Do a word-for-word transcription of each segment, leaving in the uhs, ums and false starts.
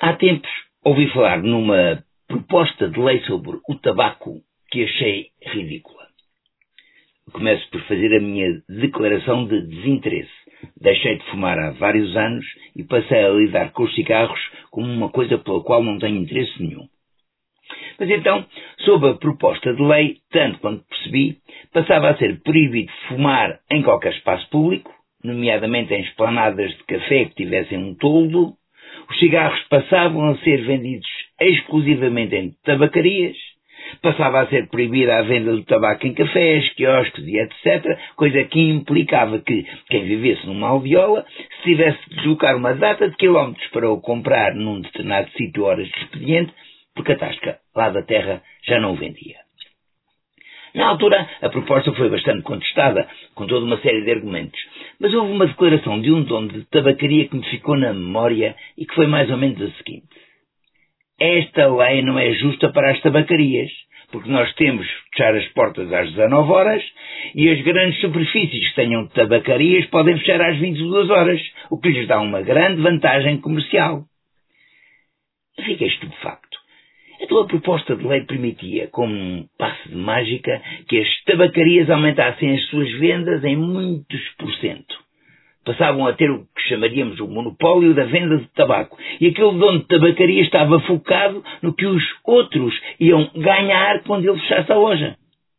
Há tempos ouvi falar numa proposta de lei sobre o tabaco que achei ridícula. Começo por fazer a minha declaração de desinteresse. Deixei de fumar há vários anos e passei a lidar com os cigarros como uma coisa pela qual não tenho interesse nenhum. Mas então, sob a proposta de lei, tanto quanto percebi, passava a ser proibido fumar em qualquer espaço público, nomeadamente em esplanadas de café que tivessem um toldo. Os cigarros passavam a ser vendidos exclusivamente em tabacarias. Passava a ser proibida a venda do tabaco em cafés, quiosques e etcétera, coisa que implicava que quem vivesse numa aldeola, se tivesse de deslocar uma data de quilómetros para o comprar num determinado sítio horas de expediente, porque a tasca lá da terra já não o vendia. Na altura, a proposta foi bastante contestada, com toda uma série de argumentos, mas houve uma declaração de um dono de tabacaria que me ficou na memória e que foi mais ou menos a seguinte: esta lei não é justa para as tabacarias, porque nós temos de fechar as portas às dezanove horas e as grandes superfícies que tenham tabacarias podem fechar às vinte e duas horas, o que lhes dá uma grande vantagem comercial. Fiquei estupefacto. Então a proposta de lei permitia, como um passe de mágica, que as tabacarias aumentassem as suas vendas em muitos por cento. Passavam a ter o que chamaríamos o monopólio da venda de tabaco. E aquele dono de tabacaria estava focado no que os outros iam ganhar quando ele fechasse a loja.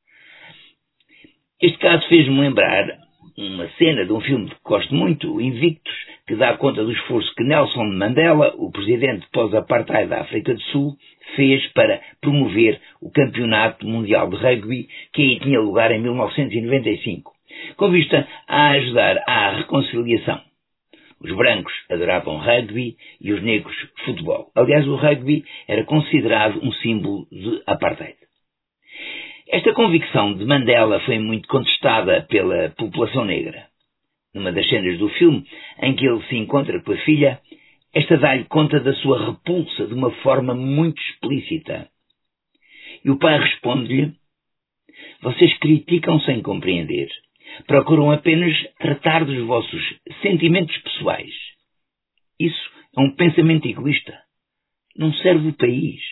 Este caso fez-me lembrar uma cena de um filme que gosto muito, o Invictus, que dá conta do esforço que Nelson Mandela, o presidente pós-apartheid da África do Sul, fez para promover o Campeonato Mundial de Rugby, que aí tinha lugar em mil novecentos e noventa e cinco, com vista a ajudar à reconciliação. Os brancos adoravam rugby e os negros futebol. Aliás, o rugby era considerado um símbolo de apartheid. Esta convicção de Mandela foi muito contestada pela população negra. Numa das cenas do filme, em que ele se encontra com a filha, esta dá-lhe conta da sua repulsa de uma forma muito explícita. E o pai responde-lhe: vocês criticam sem compreender. Procuram apenas tratar dos vossos sentimentos pessoais. Isso é um pensamento egoísta. Não serve o país.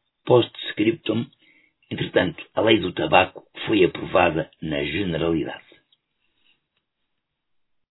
Post-scriptum, entretanto, a lei do tabaco foi aprovada na generalidade.